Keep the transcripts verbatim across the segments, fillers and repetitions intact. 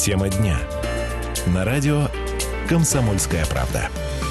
Тема дня. На радио «Комсомольская правда».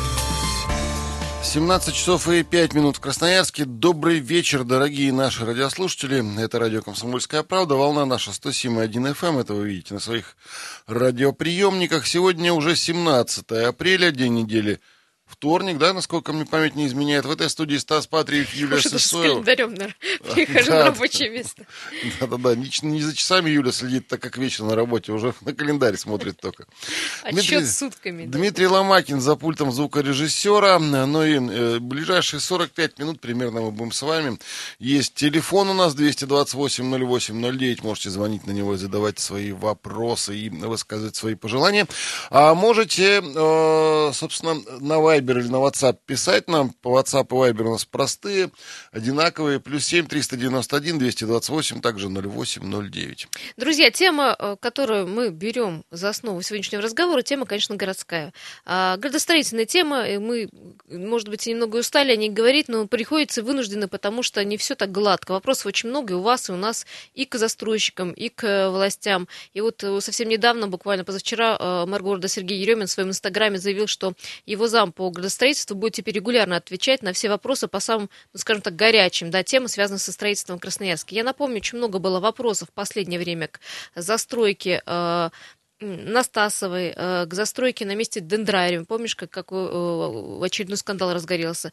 семнадцать часов и пять минут в Красноярске. Добрый вечер, дорогие наши радиослушатели. Это радио «Комсомольская правда». Волна наша сто семь и один эф эм. Это вы видите на своих радиоприемниках. Сегодня уже семнадцатое апреля, день недели. Вторник, да, насколько мне память не изменяет. В этой студии Стас Патриев, Юлия Сысоева. С календарем на... прихожу да, на рабочее место. Да-да-да, не, не за часами Юля следит, так как вечно на работе, уже на календарь смотрит только. Отчет с сутками. Дмитрий да. Ломакин за пультом звукорежиссера. Ну и э, ближайшие сорок пять минут примерно мы будем с вами. Есть телефон у нас двести двадцать восемь ноль восемь ноль девять. Можете звонить на него и задавать свои вопросы и высказывать свои пожелания. А можете, э, собственно, на Viber или на WhatsApp писать нам. По WhatsApp и Viber у нас простые, одинаковые. Плюс семь триста девяносто один двести двадцать восемь, также ноль восемь ноль девять. Друзья, тема, которую мы берем за основу сегодняшнего разговора, тема, конечно, городская. А, градостроительная тема. И мы, может быть, немного устали о ней говорить, но приходится вынуждены, потому что не все так гладко. Вопросов очень много и у вас, и у нас, и к застройщикам, и к властям. И вот совсем недавно, буквально позавчера, мэр города Сергей Еремин в своем инстаграме заявил, что его зам по градостроительству будет теперь регулярно отвечать на все вопросы по самым, ну, скажем так, горячим, да, темам, связанным со строительством в Красноярске. Я напомню, очень много было вопросов в последнее время к застройке э, Настасовой, к застройке на месте Дендрариум. Помнишь, как, как очередной скандал разгорелся?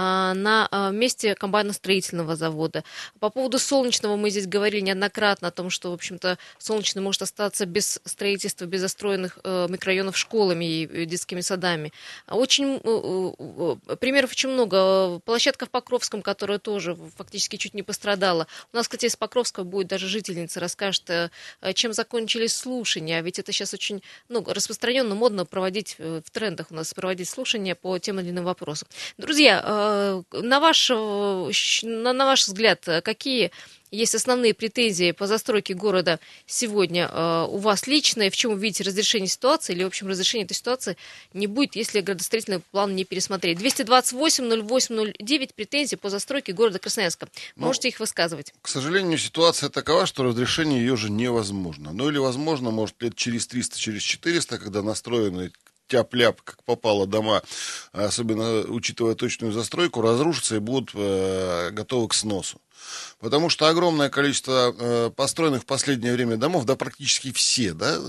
На месте комбайно-строительного завода. По поводу Солнечного мы здесь говорили неоднократно о том, что, в общем-то, Солнечный может остаться без строительства, без застроенных микрорайонов школами и детскими садами. Очень примеров очень много. Площадка в Покровском, которая тоже фактически чуть не пострадала. У нас, кстати, из Покровска будет даже жительница, расскажет, чем закончились слушания. Ведь это сейчас очень, ну, распространенно, модно проводить в трендах у нас, проводить слушания по тем или иным вопросам. Друзья, на ваш, на, на ваш взгляд, какие есть основные претензии по застройке города сегодня у вас лично, и в чем вы видите разрешение ситуации, или, в общем, разрешение этой ситуации не будет, если градостроительный план не пересмотреть? двести двадцать восемь ноль восемь ноль девять претензий по застройке города Красноярска. Можете ну, их высказывать. К сожалению, ситуация такова, что разрешение ее же невозможно. Ну или возможно, может, лет через триста, через четыреста, когда настроены тяп-ляп, как попало, дома, особенно учитывая точную застройку, разрушатся и будут э, готовы к сносу. Потому что огромное количество э, построенных в последнее время домов, да практически все, да,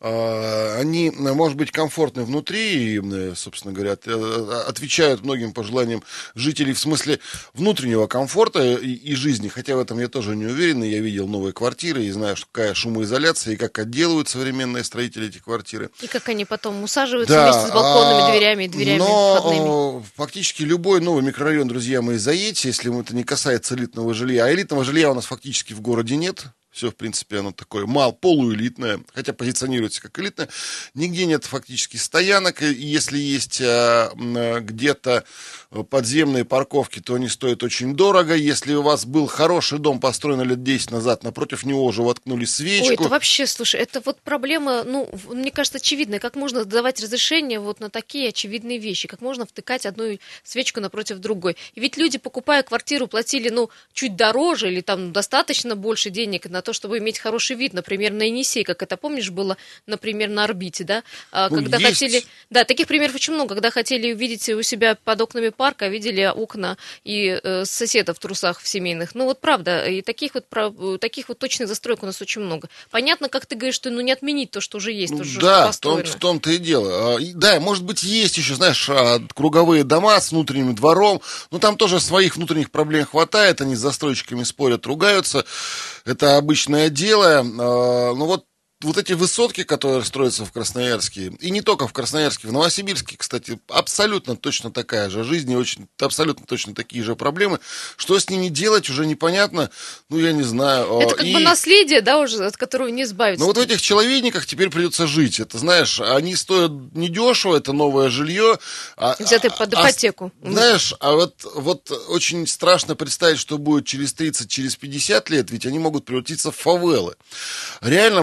э, они, может быть, комфортны внутри и, э, собственно говоря, от, э, отвечают многим пожеланиям жителей в смысле внутреннего комфорта и, и жизни, хотя в этом я тоже не уверен, я видел новые квартиры и знаю, какая шумоизоляция и как отделывают современные строители эти квартиры. И как они потом усаживаются да, вместе с балконами, дверями и дверями но, входными. Фактически любой новый микрорайон, друзья мои, заедете, если это не касается элитного жилья, а элитного жилья у нас фактически в городе нет. Все, в принципе, оно такое мал, полуэлитное, хотя позиционируется как элитное. Нигде нет фактически стоянок. И если есть а, где-то подземные парковки, то они стоят очень дорого. Если у вас был хороший дом, построен лет десять назад, напротив него уже воткнули свечку. Ой, это вообще, слушай, это вот проблема, ну, мне кажется, очевидная. Как можно давать разрешение вот на такие очевидные вещи? Как можно втыкать одну свечку напротив другой? И ведь люди, покупая квартиру, платили, ну, чуть дороже или там достаточно больше денег на то, чтобы иметь хороший вид, например, на Енисей, как это, помнишь, было, например, на орбите, да? Ну, когда есть. хотели, да, таких примеров очень много, когда хотели увидеть у себя под окнами парка, видели окна и э, соседов в трусах в семейных. Ну вот правда, и таких вот, таких вот точных застроек у нас очень много. Понятно, как ты говоришь, что ну не отменить то, что уже есть, то, что да, построено. в, том, в том-то и дело. Да, может быть, есть еще, знаешь, круговые дома с внутренним двором, но там тоже своих внутренних проблем хватает, они с застройщиками спорят, ругаются. Это обычное дело, но вот вот эти высотки, которые строятся в Красноярске, и не только в Красноярске, в Новосибирске, кстати, абсолютно точно такая же жизнь и очень, абсолютно точно такие же проблемы. Что с ними делать, уже непонятно, ну, я не знаю. Это как и... бы наследие, да, уже, от которого не избавиться. Но вот в этих человейниках теперь придется жить. Это, знаешь, они стоят недешево, это новое жилье. Взятое под ипотеку. А, знаешь, а вот, вот очень страшно представить, что будет через тридцать, через пятьдесят лет, ведь они могут превратиться в фавелы. Реально была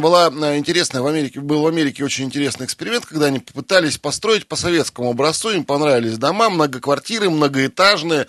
интересное в Америке, был в Америке очень интересный эксперимент, когда они попытались построить по советскому образцу, им понравились дома, многоквартиры, многоэтажные,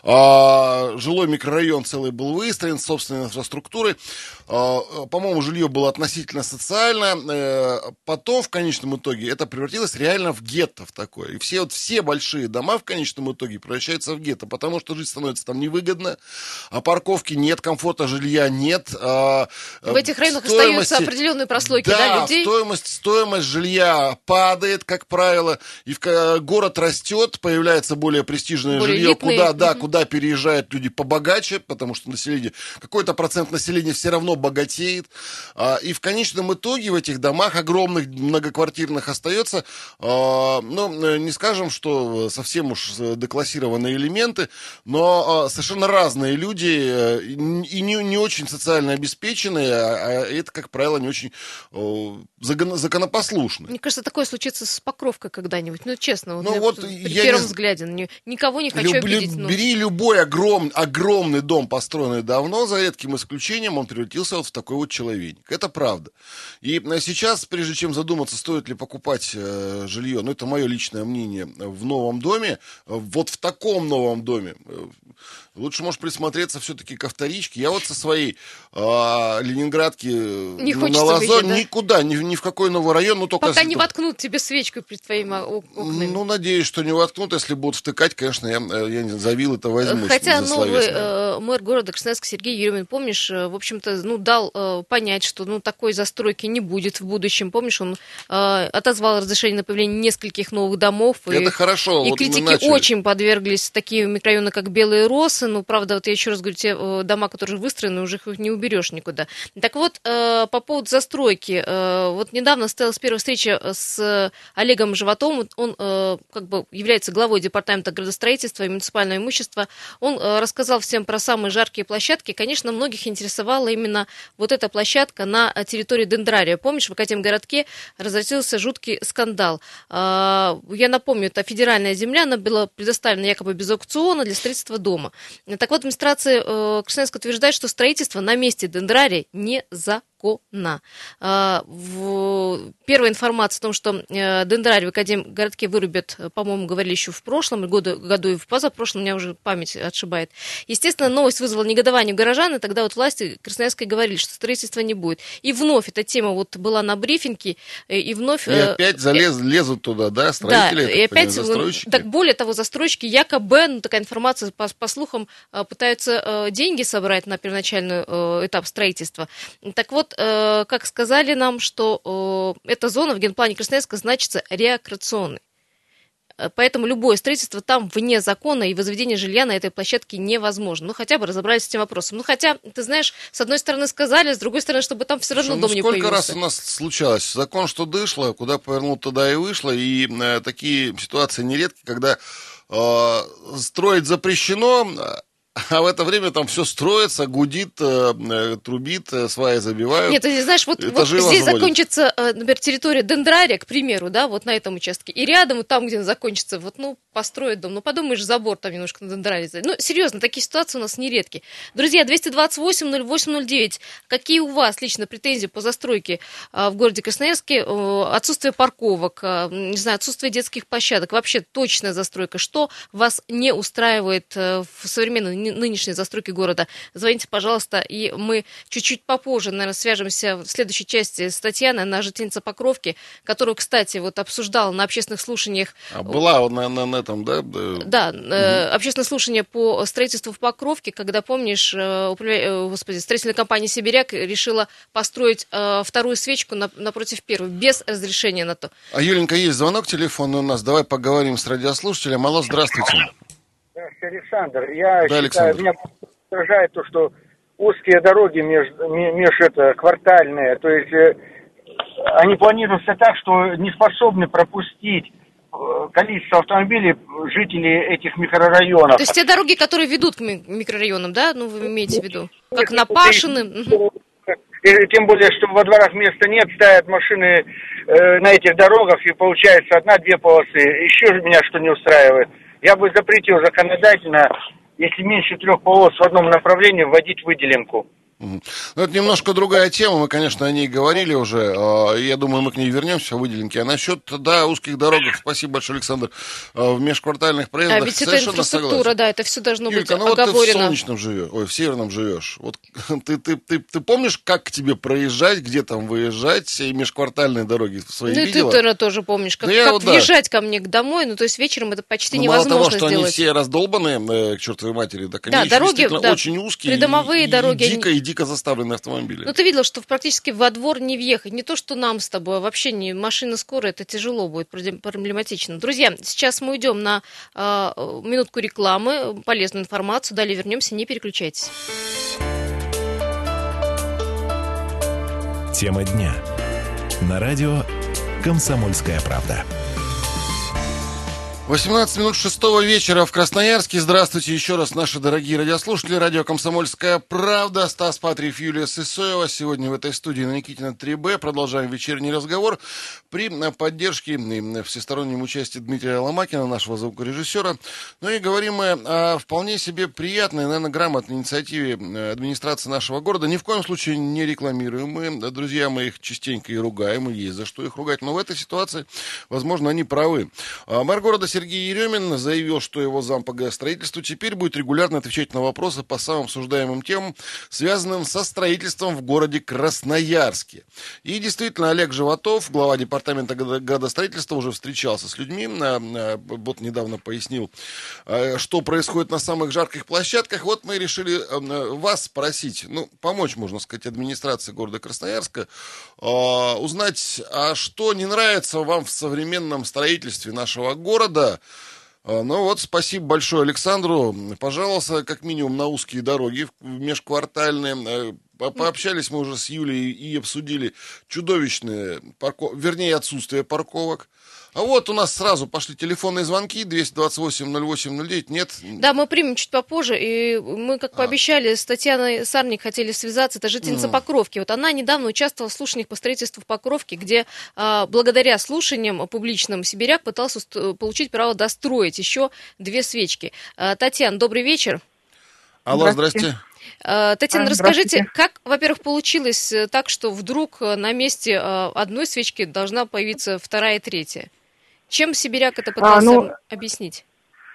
а, жилой микрорайон целый был выстроен с собственной инфраструктурой, а, по-моему, жилье было относительно социальное, а, потом в конечном итоге это превратилось реально в гетто в такое, и все, вот, все большие дома в конечном итоге превращаются в гетто, потому что жить становится там невыгодно, а парковки нет, комфорта жилья нет. А, в этих районах остаются определенные прослойки, да, да, людей? стоимость, стоимость жилья падает, как правило, и в, город растет, появляется более престижное более жилье, элитные. Куда, да, mm-hmm. куда переезжают люди побогаче, потому что население, какой-то процент населения все равно богатеет, а, и в конечном итоге в этих домах огромных многоквартирных остается, а, ну, не скажем, что совсем уж деклассированные элементы, но а, совершенно разные люди и не, не очень социально обеспеченные, а это, как правило, не очень о, законопослушны. Мне кажется, такое случится с Покровкой когда-нибудь. Ну, честно, вот, ну, вот при первом не... взгляде. Никого не хочу Люб, обидеть. Но... Бери любой огром, огромный дом, построенный давно, за редким исключением, он превратился вот в такой вот человейник. Это правда. И сейчас, прежде чем задуматься, стоит ли покупать э, жилье, ну, это мое личное мнение, в новом доме, вот в таком новом доме, лучше, может, присмотреться все-таки ко вторичке. Я вот со своей а, Ленинградки не на Лазо да? никуда, ни, ни в какой новый район. Ну, только пока если... не воткнут тебе свечку перед твоими окнами. Ну, надеюсь, что не воткнут. Если будут втыкать, конечно, я, я не за вилы-то возьмусь. Хотя новый э, мэр города Красноярска Сергей Еремин, помнишь, в общем-то, ну, дал э, понять, что ну, такой застройки не будет в будущем. Помнишь, он э, отозвал разрешение на появление нескольких новых домов. Это и, хорошо. И вот критики очень подверглись такие микрорайоны, как Белые Росы. Ну, правда, вот я еще раз говорю, те э, дома, которые выстроены, уже их не уберешь никуда. Так вот, э, по поводу застройки. Э, вот недавно состоялась первая встреча с Олегом Животовым. Он э, как бы является главой департамента градостроительства и муниципального имущества. Он э, рассказал всем про самые жаркие площадки. Конечно, многих интересовала именно вот эта площадка на территории Дендрария. Помнишь, в Академгородке разразился жуткий скандал. Э, я напомню, это федеральная земля, она была предоставлена якобы без аукциона для строительства дома. Так вот, администрация э, Красноярска утверждает, что строительство на месте Дендрария незаконно. Первая информация о том, что дендрарий в Академгородке вырубят, по-моему, говорили еще в прошлом году, году и в позапрошлом, у меня уже память отшибает. Естественно, новость вызвала негодование у горожан, и тогда вот власти Красноярской говорили, что строительства не будет. И вновь эта тема вот была на брифинге, и вновь... И опять залез, лезут туда, да, строители? Да, и опять, застройщики? Так более того, застройщики якобы, ну, такая информация, по, по слухам, пытаются деньги собрать на первоначальный этап строительства. Так вот, как сказали нам, что эта зона в генплане Красноярска значится рекреационной. Поэтому любое строительство там вне закона и возведение жилья на этой площадке невозможно. Ну, хотя бы разобрались с этим вопросом. Ну, хотя, ты знаешь, с одной стороны сказали, с другой стороны, чтобы там все равно ну, дом не появился. Сколько раз у нас случалось? Закон, что дышло, куда повернул, туда и вышло. И э, такие ситуации нередки, когда э, строить запрещено, а в это время там все строится, гудит, э, трубит, э, сваи забивают. Нет, ты знаешь, вот, вот здесь возводят. Закончится, э, например, территория Дендрария, к примеру, да, вот на этом участке, и рядом, вот там, где она закончится, вот, ну, построить дом. Ну, подумаешь, забор там немножко на Дендрарии. Ну, серьезно, такие ситуации у нас нередки. Друзья, двести двадцать восемь ноль восемь ноль девять. Какие у вас лично претензии по застройке э, в городе Красноярске? Э, отсутствие парковок, э, не знаю, отсутствие детских площадок, вообще точная застройка. Что вас не устраивает э, в современной нынешней застройки города? Звоните, пожалуйста, и мы чуть-чуть попозже, наверное, свяжемся в следующей части с Татьяной, она жительница Покровки, которую, кстати, вот обсуждала на общественных слушаниях. А была вот на, на, на этом, да? Да, угу. э, общественное слушание по строительству в Покровке, когда, помнишь, э, управля... Господи, строительная компания «Сибиряк» решила построить э, вторую свечку на, напротив первой, без разрешения на то. А, Юленька, есть звонок телефонный у нас, давай поговорим с радиослушателем. Алло, здравствуйте. Александр, я да, считаю, Александр. Меня поражает то, что узкие дороги между, меж это, квартальные, то есть э, они планируются так, что не способны пропустить э, количество автомобилей жителей этих микрорайонов. То есть те дороги, которые ведут к микрорайонам, да, ну вы имеете в виду, как на Пашины? И тем более, что во дворах места нет, ставят машины э, на этих дорогах, и получается одна-две полосы. Еще меня что не устраивает. Я бы запретил законодательно, если меньше трех полос в одном направлении, вводить выделенку. Ну, это немножко другая тема, мы, конечно, о ней говорили уже, я думаю, мы к ней вернемся, выделенки. А насчет, да, узких дорог, спасибо большое, Александр, в межквартальных проездах А ведь это инфраструктура, согласен. Да, это все должно Юлька, быть ну оговорено. Вот ты в Солнечном живешь, ой, в Северном живешь, вот ты, ты, ты, ты помнишь, как к тебе проезжать, где там выезжать, и межквартальные дороги свои ну, видела? Ну, ты, наверное, тоже помнишь, как, как вот, въезжать да. ко мне домой, ну, то есть вечером это почти ну, невозможно мало того, что сделать. они все раздолбанные, к чертовой матери, так они да, еще дороги, действительно да, очень узкие, придомовые и, дороги, и дико, они... и дико заставлены автомобили. Ну, ты видел, что практически во двор не въехать. Не то, что нам с тобой, а вообще не машина скорая, это тяжело будет, проблематично. Друзья, сейчас мы уйдем на э, минутку рекламы, полезную информацию. Далее вернемся, не переключайтесь. Тема дня. На радио «Комсомольская правда». восемнадцать минут шестого вечера в Красноярске. Здравствуйте еще раз, наши дорогие радиослушатели. Радио «Комсомольская правда». Стас Патриев, Юлия Сысоева. Сегодня в этой студии на Никитина три бэ. Продолжаем вечерний разговор при поддержке и всестороннем участии Дмитрия Ломакина, нашего звукорежиссера. Ну и говорим мы о вполне себе приятной, наверное, грамотной инициативе администрации нашего города. Ни в коем случае не рекламируем мы. Друзья, мы их частенько и ругаем, и есть за что их ругать. Но в этой ситуации, возможно, они правы. Мэр города Сергей Еремин заявил, что его зам по градостроительству теперь будет регулярно отвечать на вопросы по самым обсуждаемым темам, связанным со строительством в городе Красноярске. И действительно, Олег Животов, глава департамента градостроительства, уже встречался с людьми. Вот недавно пояснил, что происходит на самых жарких площадках. Вот мы решили вас спросить, ну, помочь, можно сказать, администрации города Красноярска, узнать, а что не нравится вам в современном строительстве нашего города. Ну вот, спасибо большое Александру. Пожалуйста, как минимум на узкие дороги межквартальные. Пообщались мы уже с Юлей и обсудили чудовищные, парков... вернее, отсутствие парковок. А вот у нас сразу пошли телефонные звонки, двести двадцать восемь ноль восемь ноль девять, нет? Да, мы примем чуть попозже, и мы, как а. пообещали, с Татьяной Сарник хотели связаться, это жительница mm. Покровки. Вот она недавно участвовала в слушаниях по строительству в Покровке, где а, благодаря слушаниям публичным сибиряк пытался получить право достроить еще две свечки. А, Татьяна, добрый вечер. Алло, здрасте. А, Татьяна, расскажите, как, во-первых, получилось так, что вдруг на месте одной свечки должна появиться вторая и третья? Чем сибиряк это пытался а, ну, объяснить?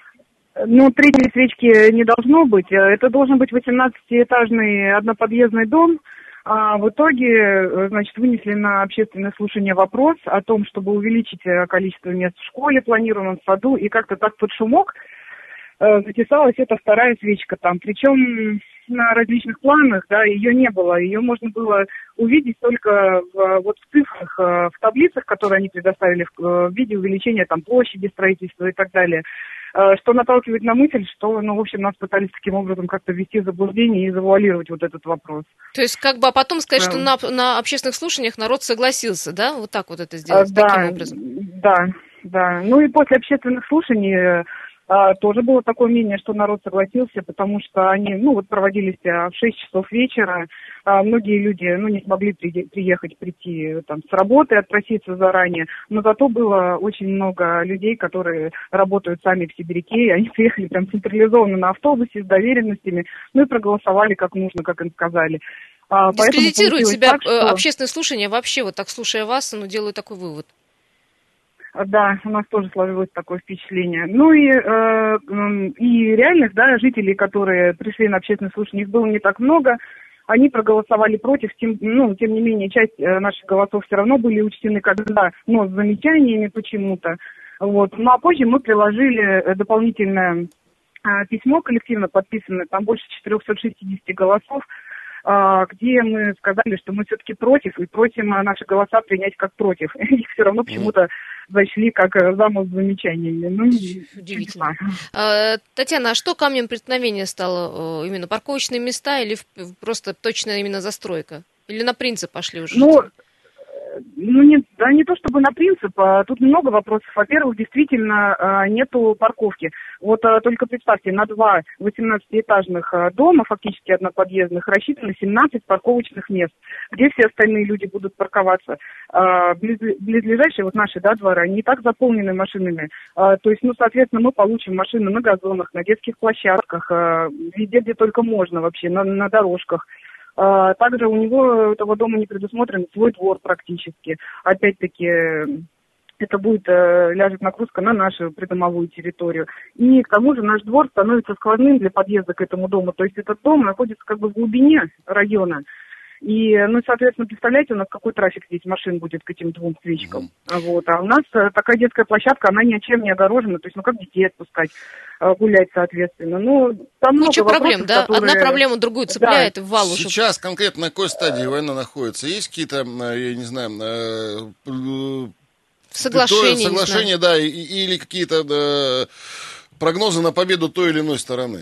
Ну, третьей свечки не должно быть. Это должен быть восемнадцатиэтажный одноподъездный дом. А в итоге, значит, вынесли на общественное слушание вопрос о том, чтобы увеличить количество мест в школе, планируемом саду, и как-то так под шумок затесалась эта вторая свечка там. Причем на различных планах, да, ее не было. Ее можно было увидеть только в, вот в цифрах, в таблицах, которые они предоставили в виде увеличения там площади строительства и так далее. Что наталкивает на мысль, что, ну, в общем, нас пытались таким образом как-то ввести в заблуждение и завуалировать вот этот вопрос. То есть, как бы, а потом сказать, да. что на, на общественных слушаниях народ согласился, да? Вот так вот это сделать, да, таким образом. Да, да. Ну и после общественных слушаний а, тоже было такое мнение, что народ согласился, потому что они, ну, вот проводились в шесть часов вечера, а многие люди, ну, не смогли при, приехать, прийти там с работы, отпроситься заранее, но зато было очень много людей, которые работают сами в Сибиряке, и они приехали прям централизованно на автобусе с доверенностями, ну и проголосовали как нужно, как им сказали. А, дискредитирует себя так, что... общественное слушание, вообще, вот так слушая вас, ну, делаю такой вывод. Да, у нас тоже сложилось такое впечатление. Ну и, э, и реальных, да, жителей, которые пришли на общественное слушание, их было не так много. Они проголосовали против, тем, ну, тем не менее, часть наших голосов все равно были учтены как да, но с замечаниями почему-то. Вот. Ну а позже мы приложили дополнительное э, письмо коллективно подписанное, там больше четыреста шестьдесят голосов, э, где мы сказали, что мы все-таки против, и просим наши голоса принять как против. Их все равно почему-то зашли как замок с замечаниями. Ну, удивительно. А, Татьяна, а что камнем преткновения стало? Именно парковочные места или просто точно именно застройка? Или на принцип пошли уже? Ну, ну не, да не то чтобы на принцип, а тут много вопросов. Во-первых, действительно нету парковки. Вот только представьте, на два восемнадцатиэтажных дома, фактически одноподъездных, рассчитано семнадцать парковочных мест. Где все остальные люди будут парковаться? Близлежащие, вот наши, да, дворы, они и так заполнены машинами. То есть, ну, соответственно, мы получим машины на газонах, на детских площадках, везде, где только можно вообще, на, на дорожках. А, также у него, у этого дома не предусмотрен свой двор практически. Опять-таки, это будет, э, ляжет нагрузка на нашу придомовую территорию. И к тому же наш двор становится сквозным для подъезда к этому дому. То есть этот дом находится как бы в глубине района. И, ну, соответственно, представляете, у нас какой трафик здесь машин будет к этим двум свечкам. Mm-hmm. Вот. А у нас такая детская площадка, она ничем не огорожена. То есть, ну, как детей отпускать, гулять, соответственно. Ну, там много Куча вопросов, проблем, да? которые... Одна проблема другую цепляет, да. И в валу. Сейчас чтобы... конкретно на какой стадии война находится? Есть какие-то, я не знаю... Соглашения, Соглашения, да, или какие-то э, прогнозы на победу той или иной стороны?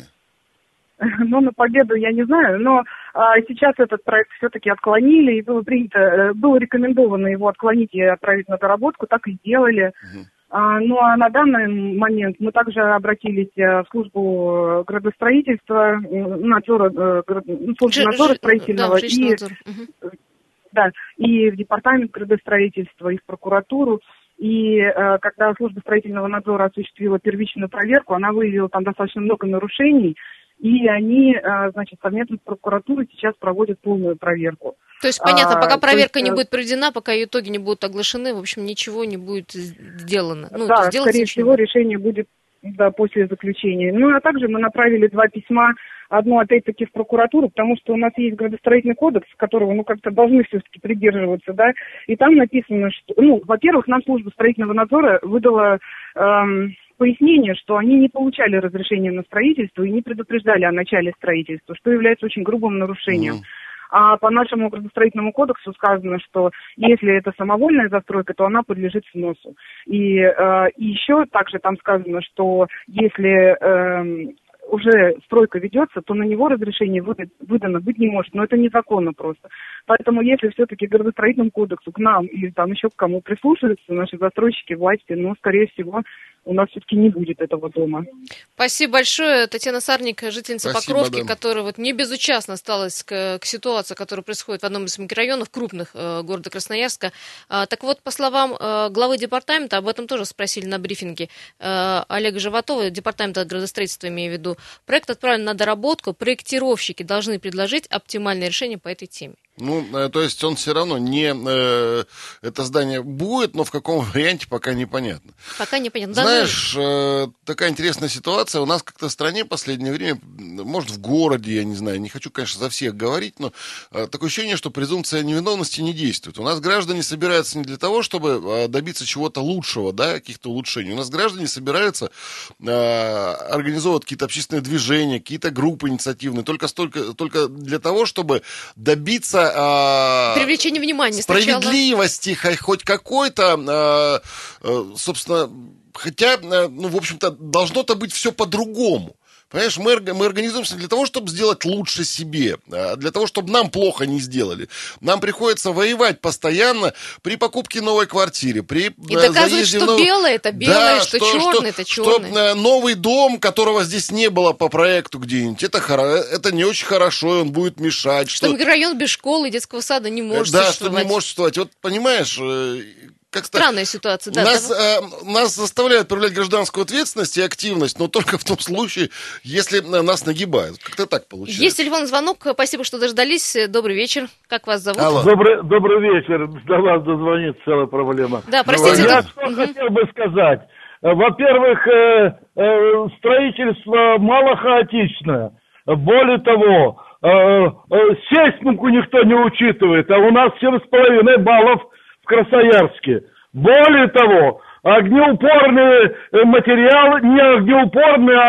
Ну, на победу я не знаю, но а, сейчас этот проект все-таки отклонили, и было принято, было рекомендовано его отклонить и отправить на доработку, так и сделали. Угу. А, ну, а на данный момент мы также обратились в службу градостроительства, надзора, службу надзора строительного, да, и, угу. да, и в департамент градостроительства, и в прокуратуру. И э, когда служба строительного надзора осуществила первичную проверку, она выявила там достаточно много нарушений, и они, э, значит, совместно с прокуратурой сейчас проводят полную проверку. То есть, понятно, пока а, проверка есть, не будет проведена, пока ее итоги не будут оглашены, в общем, ничего не будет сделано. Ну, да, скорее всего, решение будет, да, после заключения. Ну, а также мы направили два письма. Одно, опять-таки, в прокуратуру, потому что у нас есть градостроительный кодекс, которого, ну, как-то должны все-таки придерживаться, да, и там написано, что, ну, во-первых, нам служба строительного надзора выдала эм, пояснение, что они не получали разрешения на строительство и не предупреждали о начале строительства, что является очень грубым нарушением. Mm. А по нашему градостроительному кодексу сказано, что если это самовольная застройка, то она подлежит сносу. И, э, и еще также там сказано, что если... Э, уже стройка ведется, то на него разрешение выдано быть не может. Но это незаконно просто. Поэтому если все-таки к градостроительному кодексу, к нам или там еще к кому прислушиваются наши застройщики, власти, ну, скорее всего, у нас все-таки не будет этого дома. Спасибо большое. Татьяна Сарник, жительница Спасибо, Покровки, да. которая вот не безучастно осталась к, к ситуации, которая происходит в одном из микрорайонов крупных э, города Красноярска. А, так вот, по словам э, главы департамента, об этом тоже спросили на брифинге э, Олега Животова, департамента градостроительства, имею в виду, проект отправлен на доработку, проектировщики должны предложить оптимальное решение по этой теме. Ну, то есть он все равно не... Э, это здание будет, но в каком варианте пока непонятно. Пока непонятно. Знаешь, э, такая интересная ситуация. У нас как-то в стране в последнее время, может, в городе, я не знаю, не хочу, конечно, за всех говорить, но э, такое ощущение, что презумпция невиновности не действует. У нас граждане собираются не для того, чтобы э, добиться чего-то лучшего, да, каких-то улучшений. У нас граждане собираются э, организовывать какие-то общественные движения, какие-то группы инициативные, только, столько, только для того, чтобы добиться привлечение внимания справедливости, сначала. Хоть какой-то, собственно, хотя, ну, в общем-то, должно-то быть все по-другому. Понимаешь, мы, мы организуемся для того, чтобы сделать лучше себе, для того, чтобы нам плохо не сделали. Нам приходится воевать постоянно при покупке новой квартиры, при и доказывать, что нов... белое это белое, да, что, что черное это черное. Что новый дом, которого здесь не было по проекту где-нибудь, это, это не очень хорошо, и он будет мешать. Что, что микрорайон без школы и детского сада не может да, существовать. Да, что не может существовать. Вот понимаешь... Как Странная ситуация, да. Нас, э, нас заставляют проявлять гражданскую ответственность и активность, но только в том случае, если нас нагибают. Как-то так получается. Есть телефонный звонок. Спасибо, что дождались. Добрый вечер. Как вас зовут? Алло. Добрый, добрый вечер. До вас дозвониться целая проблема. Да, простите. Я да. что угу. хотел бы сказать. Во-первых, э, э, строительство мало хаотичное. Более того, э, э, сейсмику никто не учитывает, а у нас семь с половиной баллов в Красноярске. Более того, огнеупорные материалы, не огнеупорные,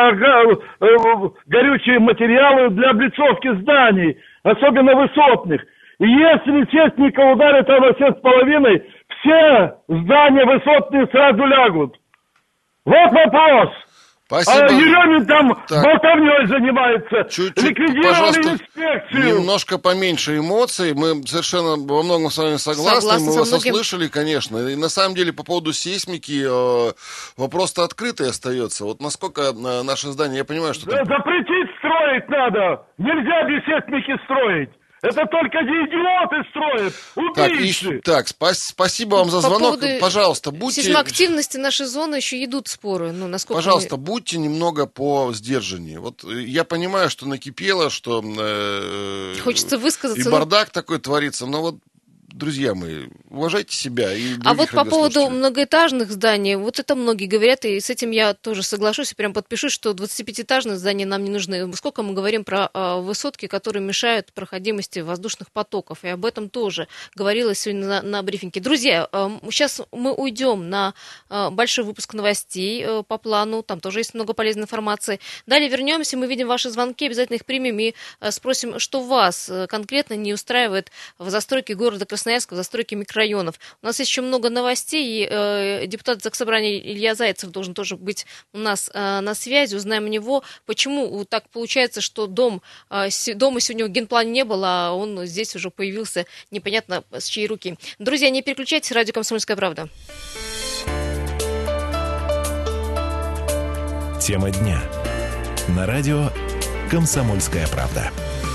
а горючие материалы для облицовки зданий, особенно высотных. И если техника ударит на семь с половиной, все здания высотные сразу лягут. Вот вопрос. Спасибо. А Еремин там так. болтовней занимается. Чуть-чуть, ликвидировали пожалуйста, инспекцию. Немножко поменьше эмоций. Мы совершенно во многом с вами согласны. Согласна Мы вас многим... услышали, конечно. И на самом деле по поводу сейсмики э, вопрос-то открытый остается. Вот насколько э, наше здание, я понимаю, что... Да, там... Запретить строить надо. Нельзя без сейсмики строить. Это только не идиоты строят, убийцы. Так, и, так спас, спасибо вам за По звонок. поводу Пожалуйста, будьте... сейсмоактивности нашей зоны еще идут споры. Ну, насколько Пожалуйста, мы... будьте немного по сдержаннее. Вот я понимаю, что накипело, что... Э, Хочется высказаться. И бардак но... такой творится, но вот, друзья мои, уважайте себя и других А вот по поводу радиослушателей. многоэтажных зданий, вот это многие говорят, и с этим я тоже соглашусь, и прям подпишусь, что двадцатипятиэтажные здания нам не нужны. Сколько мы говорим про э, высотки, которые мешают проходимости воздушных потоков, и об этом тоже говорилось сегодня на, на брифинге. Друзья, э, сейчас мы уйдем на э, большой выпуск новостей э, по плану, там тоже есть много полезной информации. Далее вернемся, мы видим ваши звонки, обязательно их примем и э, спросим, что вас э, конкретно не устраивает в застройке города Красноярска, в застройке микрорайонов. У нас есть еще много новостей, и э, депутат Заксобрания Илья Зайцев должен тоже быть у нас э, на связи. Узнаем у него, почему так получается, что дом, э, с, дома сегодня в генплане не было, а он здесь уже появился непонятно с чьей руки. Друзья, не переключайтесь, радио «Комсомольская правда». Тема дня. На радио «Комсомольская правда».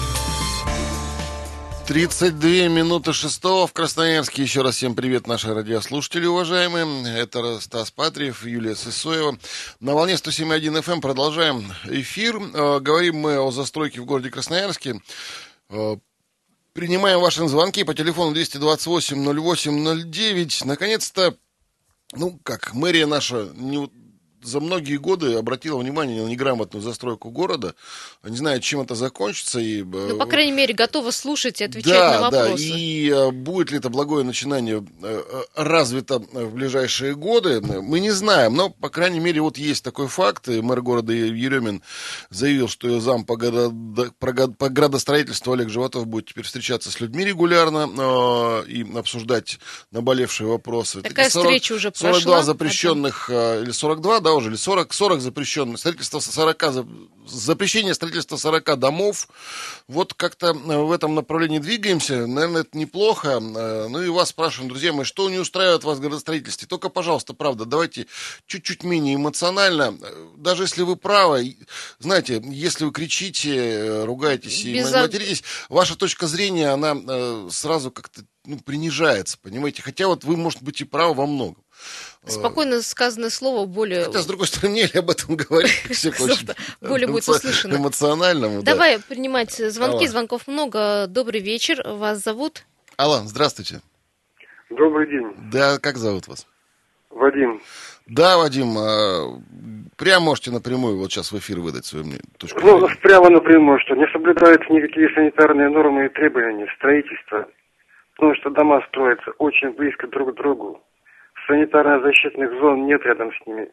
тридцать две минуты шестого в Красноярске. Еще раз всем привет, наши радиослушатели, уважаемые. Это Стас Патриев, Юлия Сысоева. На волне сто семь и один эф эм продолжаем эфир. Говорим мы о застройке в городе Красноярске. Принимаем ваши звонки по телефону двести двадцать восемь ноль восемь ноль девять. Наконец-то, ну как, мэрия наша не... за многие годы обратила внимание на неграмотную застройку города. Не знаю, чем это закончится. И, ну, по крайней мере, готова слушать и отвечать да, на вопросы. Да, и а, будет ли это благое начинание а, развито в ближайшие годы, мы не знаем. Но, по крайней мере, вот есть такой факт. И мэр города Еремин заявил, что ее зам по, градо, по градостроительству Олег Животов будет теперь встречаться с людьми регулярно а, и обсуждать наболевшие вопросы. Такая сорок, встреча уже прошла. сорок два запрещенных, а, или сорок два, да, уже, или сорок, сорок запрещенных, строительство сорока, запрещение строительства сорока домов. Вот как-то в этом направлении двигаемся. Наверное, это неплохо. Ну и вас спрашиваем, друзья мои, что не устраивает вас в градостроительстве? Только, пожалуйста, правда, давайте чуть-чуть менее эмоционально. Даже если вы правы, знаете, если вы кричите, ругаетесь и Без... материтесь, ваша точка зрения, она сразу как-то ну, принижается, понимаете? Хотя вот вы, может быть, и правы во многом. Спокойно сказанное слово более... Хотя, с другой стороны, мне ли об этом говорить? Более будет услышано. Эмоциональному, Давай принимать звонки, звонков много. Добрый вечер, вас зовут? Алло, здравствуйте. Добрый день. Да, как зовут вас? Вадим. Да, Вадим, прямо можете напрямую вот сейчас в эфир выдать свою точку зрения. Ну, прямо напрямую, что не соблюдаются никакие санитарные нормы и требования строительства, потому что дома строятся очень близко друг к другу. Санитарно-защитных зон нет рядом с ними.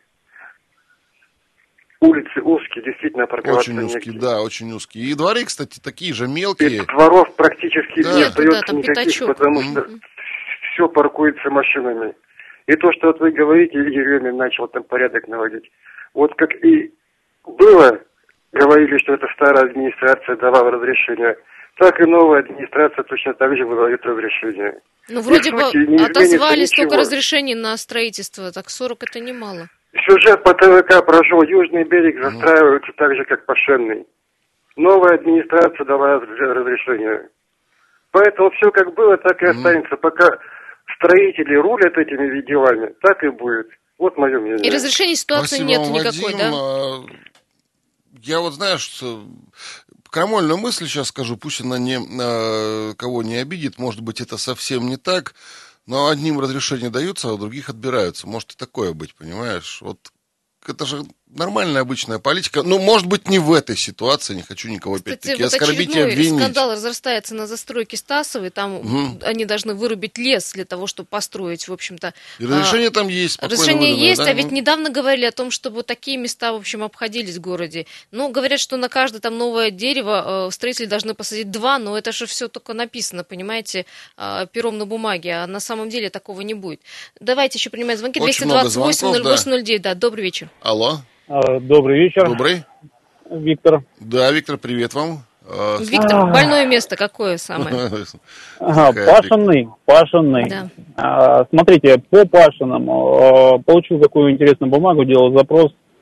Улицы узкие, действительно парковаться очень узкие, негде. Да, очень узкие. И дворы, кстати, такие же мелкие. И дворов практически да. не остается да, никаких, пятачок. потому Mm-hmm. что все паркуется машинами. И то, что вот вы говорите, Еремин начал там порядок наводить. Вот как и было, говорили, что это старая администрация давала разрешение, так и новая администрация точно так же выдает разрешение. Ну, вроде бы отозвали столько ничего. разрешений на строительство, так сорок это немало. Сюжет по ТВК прошел, Южный берег застраивается так же, как Пашенный. Новая администрация дала разрешение. Поэтому все как было, так и останется. Пока строители рулят этими делами, так и будет. Вот мое мнение. И разрешения ситуации Спасибо нет вам, никакой, Вадим. да? Я вот знаю, что... Крамольную мысль сейчас скажу, пусть она не, э, кого не обидит, может быть, это совсем не так, но одним разрешения даются, а у других отбираются. Может и такое быть, понимаешь? Вот это же нормальная обычная политика. Ну, может быть, не в этой ситуации, не хочу никого опять-таки вот оскорбить и обвинить. Скандал разрастается на застройке Стасовой, там угу. они должны вырубить лес для того, чтобы построить, в общем-то. И разрешение а, там есть. Разрешение выданное, есть, да? а ведь недавно говорили о том, чтобы такие места, в общем, обходились в городе. Ну, говорят, что на каждое там новое дерево э, строители должны посадить два, но это же все только написано, понимаете, э, пером на бумаге, а на самом деле такого не будет. Давайте еще принимать звонки. двести двадцать восемь ноль восемь ноль девять, да. Да, добрый вечер. Алло. Добрый вечер. Добрый. Виктор. Да, Виктор, привет вам. Виктор, а... больное место какое самое? Ага, Пашиный. Пашиный. Да. А, смотрите, по Пашинам а, получил такую интересную бумагу, делал запрос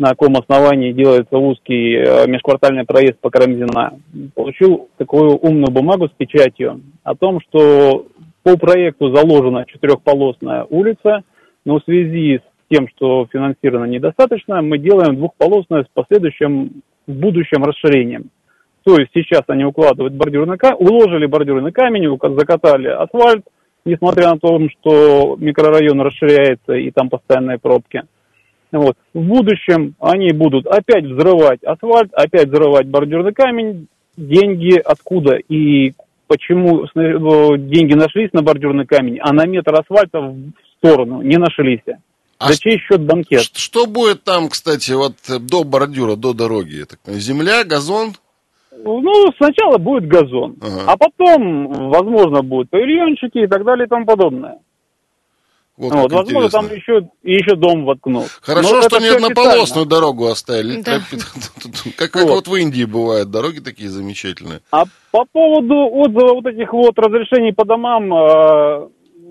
на каком основании делается узкий межквартальный проезд по Карамзина, получил такую умную бумагу с печатью о том, что по проекту заложена четырехполосная улица, но в связи с тем, что финансировано недостаточно, мы делаем двухполосную с последующим в будущем расширением. То есть сейчас они укладывают бордюрный камень, уложили бордюрный камень, закатали асфальт, несмотря на то, что микрорайон расширяется и там постоянные пробки. Вот. В будущем они будут опять взрывать асфальт, опять взрывать бордюрный камень. Деньги откуда и почему деньги нашлись на бордюрный камень, а на метр асфальта в сторону не нашлись? А За чей счет банкет? Что, что будет там, кстати, вот до бордюра, до дороги? Земля, газон? Ну, сначала будет газон, ага. а потом, возможно, будут павильончики и так далее и тому подобное. Вот, вот возможно, там еще, еще дом воткнут. Хорошо, но что не однополосную дорогу оставили. Да. Как, как вот. вот в Индии бывают дороги такие замечательные. А по поводу отзыва вот этих вот разрешений по домам, э,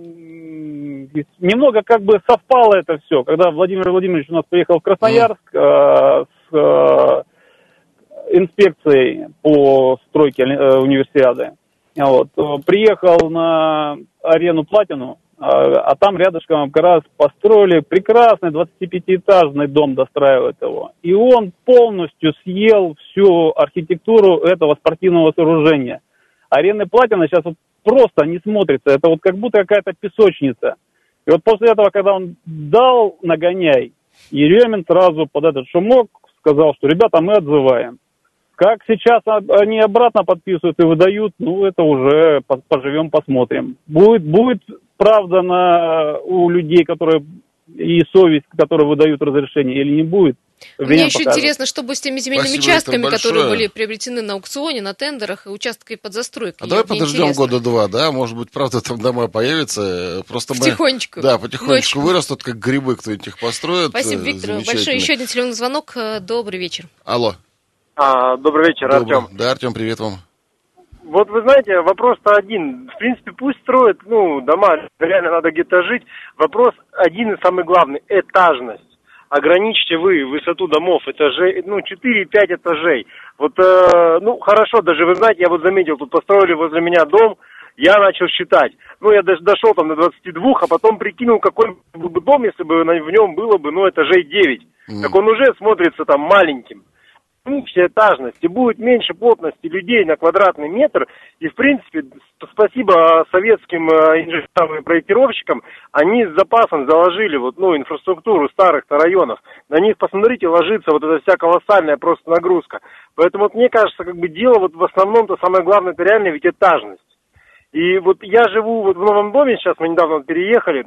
немного как бы совпало это все. Когда Владимир Владимирович у нас приехал в Красноярск э, с э, инспекцией по стройке э, универсиады, вот, приехал на арену Платину, а там рядышком как раз построили прекрасный двадцатипятиэтажный дом, достраивают его. И он полностью съел всю архитектуру этого спортивного сооружения. Арены Платина сейчас вот просто не смотрится. Это вот как будто какая-то песочница. И вот после этого, когда он дал нагоняй, Еремин сразу под этот шумок сказал, что ребята, мы отзываем. Как сейчас они обратно подписывают и выдают, ну, это уже поживем, посмотрим. Будет, будет правда на, у людей, которые и совесть, которые выдают разрешение, или не будет. Мне еще покажет. Интересно, что будет с теми земельными Спасибо, участками, которые были приобретены на аукционе, на тендерах, и участками под застройкой. А давай подождем интересно. года два, да? Может быть, правда, там дома появятся. Просто потихонечку. Мы, да, потихонечку Ночью. вырастут, как грибы, кто-нибудь их построит. Спасибо, Виктор. Большой еще один телефонный звонок. Добрый вечер. Алло. А, добрый вечер, Добрый. Артем. Да, Артем, привет вам. Вот вы знаете, вопрос-то один. В принципе, пусть строят, ну, дома, реально надо где-то жить. Вопрос один и самый главный – этажность. Ограничьте вы высоту домов, этажей, ну, четыре-пять этажей. Вот, э, ну, хорошо, даже, вы знаете, я вот заметил, тут построили возле меня дом, я начал считать. Ну, я даже дошел там до двадцати двух, а потом прикинул, какой был бы дом, если бы в нем было бы, ну, этажей девять. Mm. Так он уже смотрится там маленьким. Меньше этажности, будет меньше плотности людей на квадратный метр, и, в принципе, спасибо советским инженерам и проектировщикам, они с запасом заложили вот, ну, инфраструктуру старых-то районов. На них, посмотрите, ложится вот эта вся колоссальная просто нагрузка. Поэтому, вот, мне кажется, как бы дело вот в основном-то самое главное, это реально ведь этажность. И вот я живу вот в новом доме, сейчас мы недавно переехали,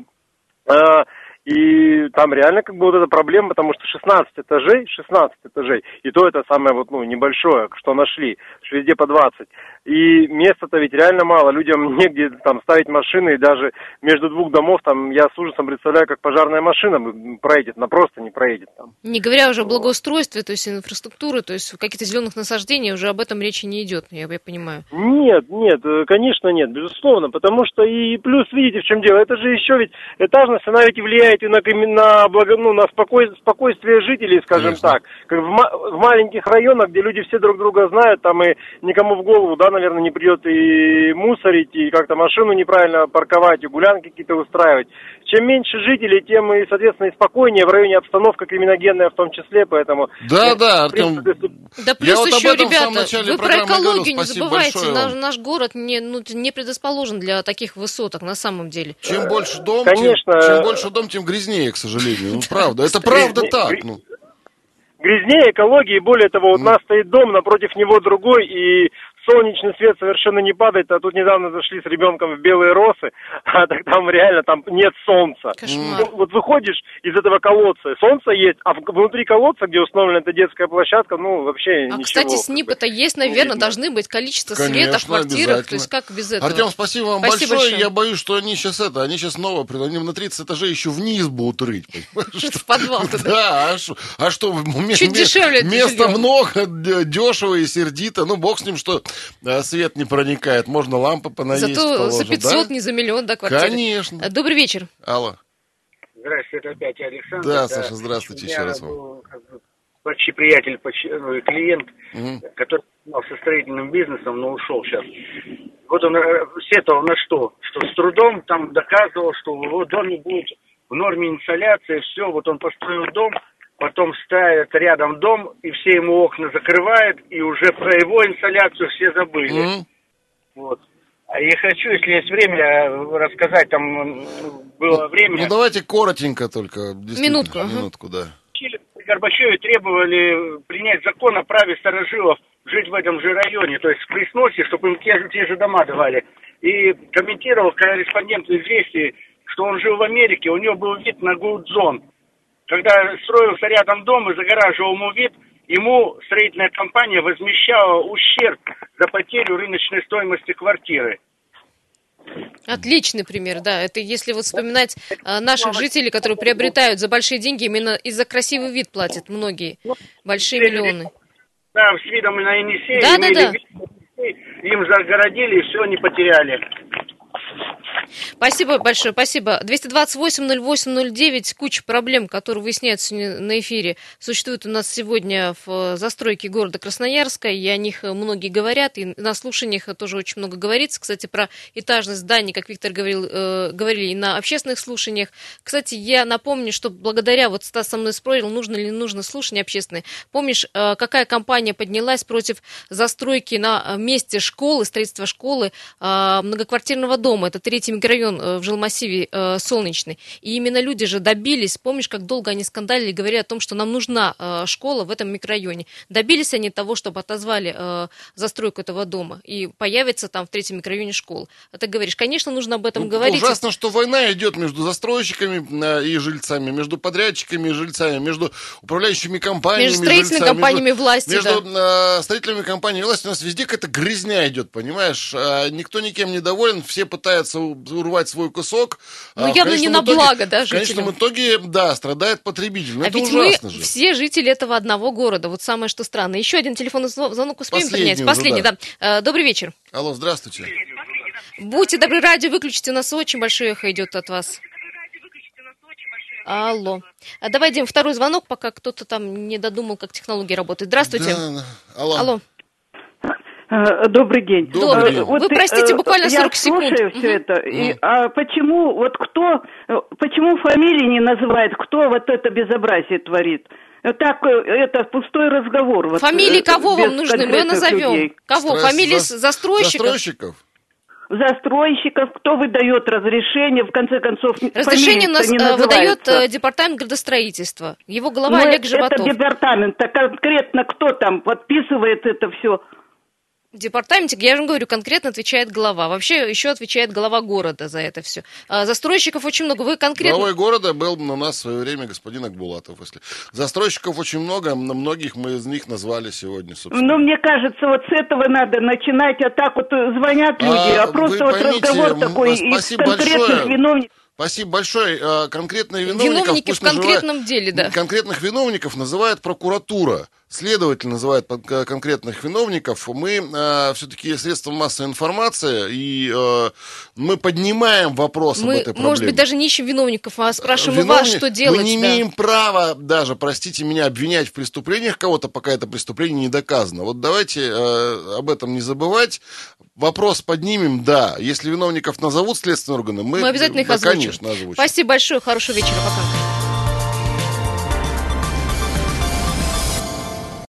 и там реально как бы вот эта проблема, потому что шестнадцать этажей, шестнадцать этажей, и то это самое вот, ну, небольшое, что нашли, что везде по двадцать. И места-то ведь реально мало, людям негде там ставить машины, и даже между двух домов там я с ужасом представляю, как пожарная машина проедет, она просто не проедет там. Не говоря уже о благоустройстве, то есть инфраструктуры, то есть каких-то зеленых насаждений, уже об этом речи не идет, я, я понимаю. Нет, нет, конечно нет, безусловно, потому что и плюс, видите, в чем дело, это же еще ведь этажность, она ведь влияет и на, на, благо, ну, на спокой, спокойствие жителей, скажем Конечно. так. Как в, в маленьких районах, где люди все друг друга знают, там и никому в голову, да, наверное, не придет и мусорить, и как-то машину неправильно парковать, и гулянки какие-то устраивать. Чем меньше жителей, тем и, соответственно, и спокойнее в районе обстановка криминогенная в том числе, поэтому... Да, да, Артем... Да плюс я еще, вот ребята, вы про экологию не забывайте, наш, наш город не, ну, не предрасположен для таких высоток, на самом деле. Чем больше дом, Конечно... тем, чем больше дом, тем грязнее, к сожалению. Ну, правда, это правда так. Ну. Грязнее экологии, более того, вот у нас стоит дом, напротив него другой, и солнечный свет совершенно не падает, а тут недавно зашли с ребенком в белые росы, а так там реально там нет солнца. Кошмар. Вот выходишь из этого колодца, солнце есть, а внутри колодца, где установлена эта детская площадка, ну вообще а, ничего. А, кстати, СНИПы-то есть, наверное, должны быть количество света в квартирах, то есть как без этого? Артем, спасибо вам спасибо большое. большое. Я боюсь, что они сейчас это, они сейчас снова, они на тридцать этажей еще вниз будут рыть. В подвал. Да, а что, места много, дешево и сердито, ну бог с ним, что свет не проникает, можно лампы понавесить. Зато положим, за пятьсот, да? не за миллион, да, квартиры. Конечно. Добрый вечер. Алло. Здравствуйте, это опять Александр. Да, Саша, здравствуйте еще раз вам. Был, как бы, почти приятель, почти, ну, клиент, Угу. который занимался строительным бизнесом, но ушел сейчас. Вот он сетовал на что? Что с трудом там доказывал, что в его доме будет в норме инсоляции, все. Вот он построил дом, потом ставит рядом дом, и все ему окна закрывают, и уже про его инсоляцию все забыли. Угу. Вот. А я хочу, если есть время, рассказать, там было время... Ну, давайте коротенько только. Минутку. Ага. Минутку, да. При Горбачеве требовали принять закон о праве старожилов жить в этом же районе, то есть в Пресносе, чтобы им те же, те же дома давали. И комментировал корреспондент «Известий», что он жил в Америке, у него был вид на Гудзон. Когда строился рядом дом и загораживал ему вид, ему строительная компания возмещала ущерб за потерю рыночной стоимости квартиры. Отличный пример, да. Это если вот вспоминать а, наших жителей, которые приобретают за большие деньги, именно из-за красивый вид платят многие. Большие миллионы. Да, с видом на Енисей. Да, да, да. Им загородили, и все, они потеряли. Спасибо большое, спасибо. двести двадцать восемь ноль восемь ноль девять, куча проблем, которые выясняются на эфире, существует у нас сегодня в застройке города Красноярска, и о них многие говорят, и на слушаниях тоже очень много говорится. Кстати, про этажность зданий, как Виктор говорил, э, говорили и на общественных слушаниях. Кстати, я напомню, что благодаря, вот Стас со мной спорил, нужно ли нужно слушание общественное. Помнишь, э, какая компания поднялась против застройки на месте школы, строительства школы, э, многоквартирного дома, это третий микрорайон в жилмассиве э, Солнечный. И именно люди же добились, помнишь, как долго они скандалили, говоря о том, что нам нужна э, школа в этом микрорайоне. Добились они того, чтобы отозвали э, застройку этого дома, и появится там в третьем микрорайоне школа. А ты говоришь, конечно, нужно об этом ну, говорить. Ужасно, что война идет между застройщиками и жильцами, между подрядчиками и жильцами, между управляющими компаниями между строительными жильцами, компаниями между, власти. Между да. э, строительными компаниями власти. У нас везде какая-то грязня идет, понимаешь? А, никто никем не доволен, все пытаются урвать свой кусок. Ну, а явно не на итоге, благо, да, жителям. В конечном итоге, да, страдает потребитель. Но а это ведь ужасно мы же. все жители этого одного города. Вот самое, что странно. Еще один телефонный звонок успеем Последний принять? уже, Последний, да. да. Добрый вечер. Алло, здравствуйте. Будьте добры, радио выключите, у нас очень большое эхо идет от вас. Алло. А давай, Дим, второй звонок, пока кто-то там не додумал, как технология работает. Здравствуйте. Да, алло. Алло. Добрый день. Добрый день. Вот, вы простите, буквально сорок секунд. Я слушаю все угу. это. И, а почему, вот кто, почему фамилии не называет, кто вот это безобразие творит? Так, это пустой разговор. Вот, фамилии кого вам нужны? Мы назовем. Людей. Кого? Стресс, Фамилии за... застройщиков? Застройщиков. Застройщиков, кто выдает разрешение, в конце концов, разрешение у нас не выдает департамент градостроительства. Его глава Но Олег Животов. Это департамент, а конкретно кто там подписывает это все? В департаменте, я же говорю, конкретно отвечает глава. Вообще еще отвечает глава города за это все. А застройщиков очень много. Вы конкретно... Главой города был у нас в свое время господин Акбулатов. Если. Застройщиков очень много, на многих мы из них назвали сегодня, собственно. Ну, мне кажется, вот с этого надо начинать, а так вот звонят люди, а, а просто вот поймите, разговор такой из конкретных большое. виновников. Спасибо большое. Конкретные виновников... Виновники в конкретном называют, деле, да. Конкретных виновников называет прокуратура. Следователь называет конкретных виновников. Мы э, все-таки средства массовой информации, и э, мы поднимаем вопрос мы, об этой проблеме. Может быть, даже не ищем виновников, а спрашиваем Виновник, у вас, что делать. Мы не да. имеем права даже, простите меня, обвинять в преступлениях кого-то, пока это преступление не доказано. Вот давайте э, об этом не забывать. Вопрос поднимем, да. Если виновников назовут следственные органы, мы, мы обязательно их да, озвучим. Конечно, озвучим. Спасибо большое, хорошего вечера, пока.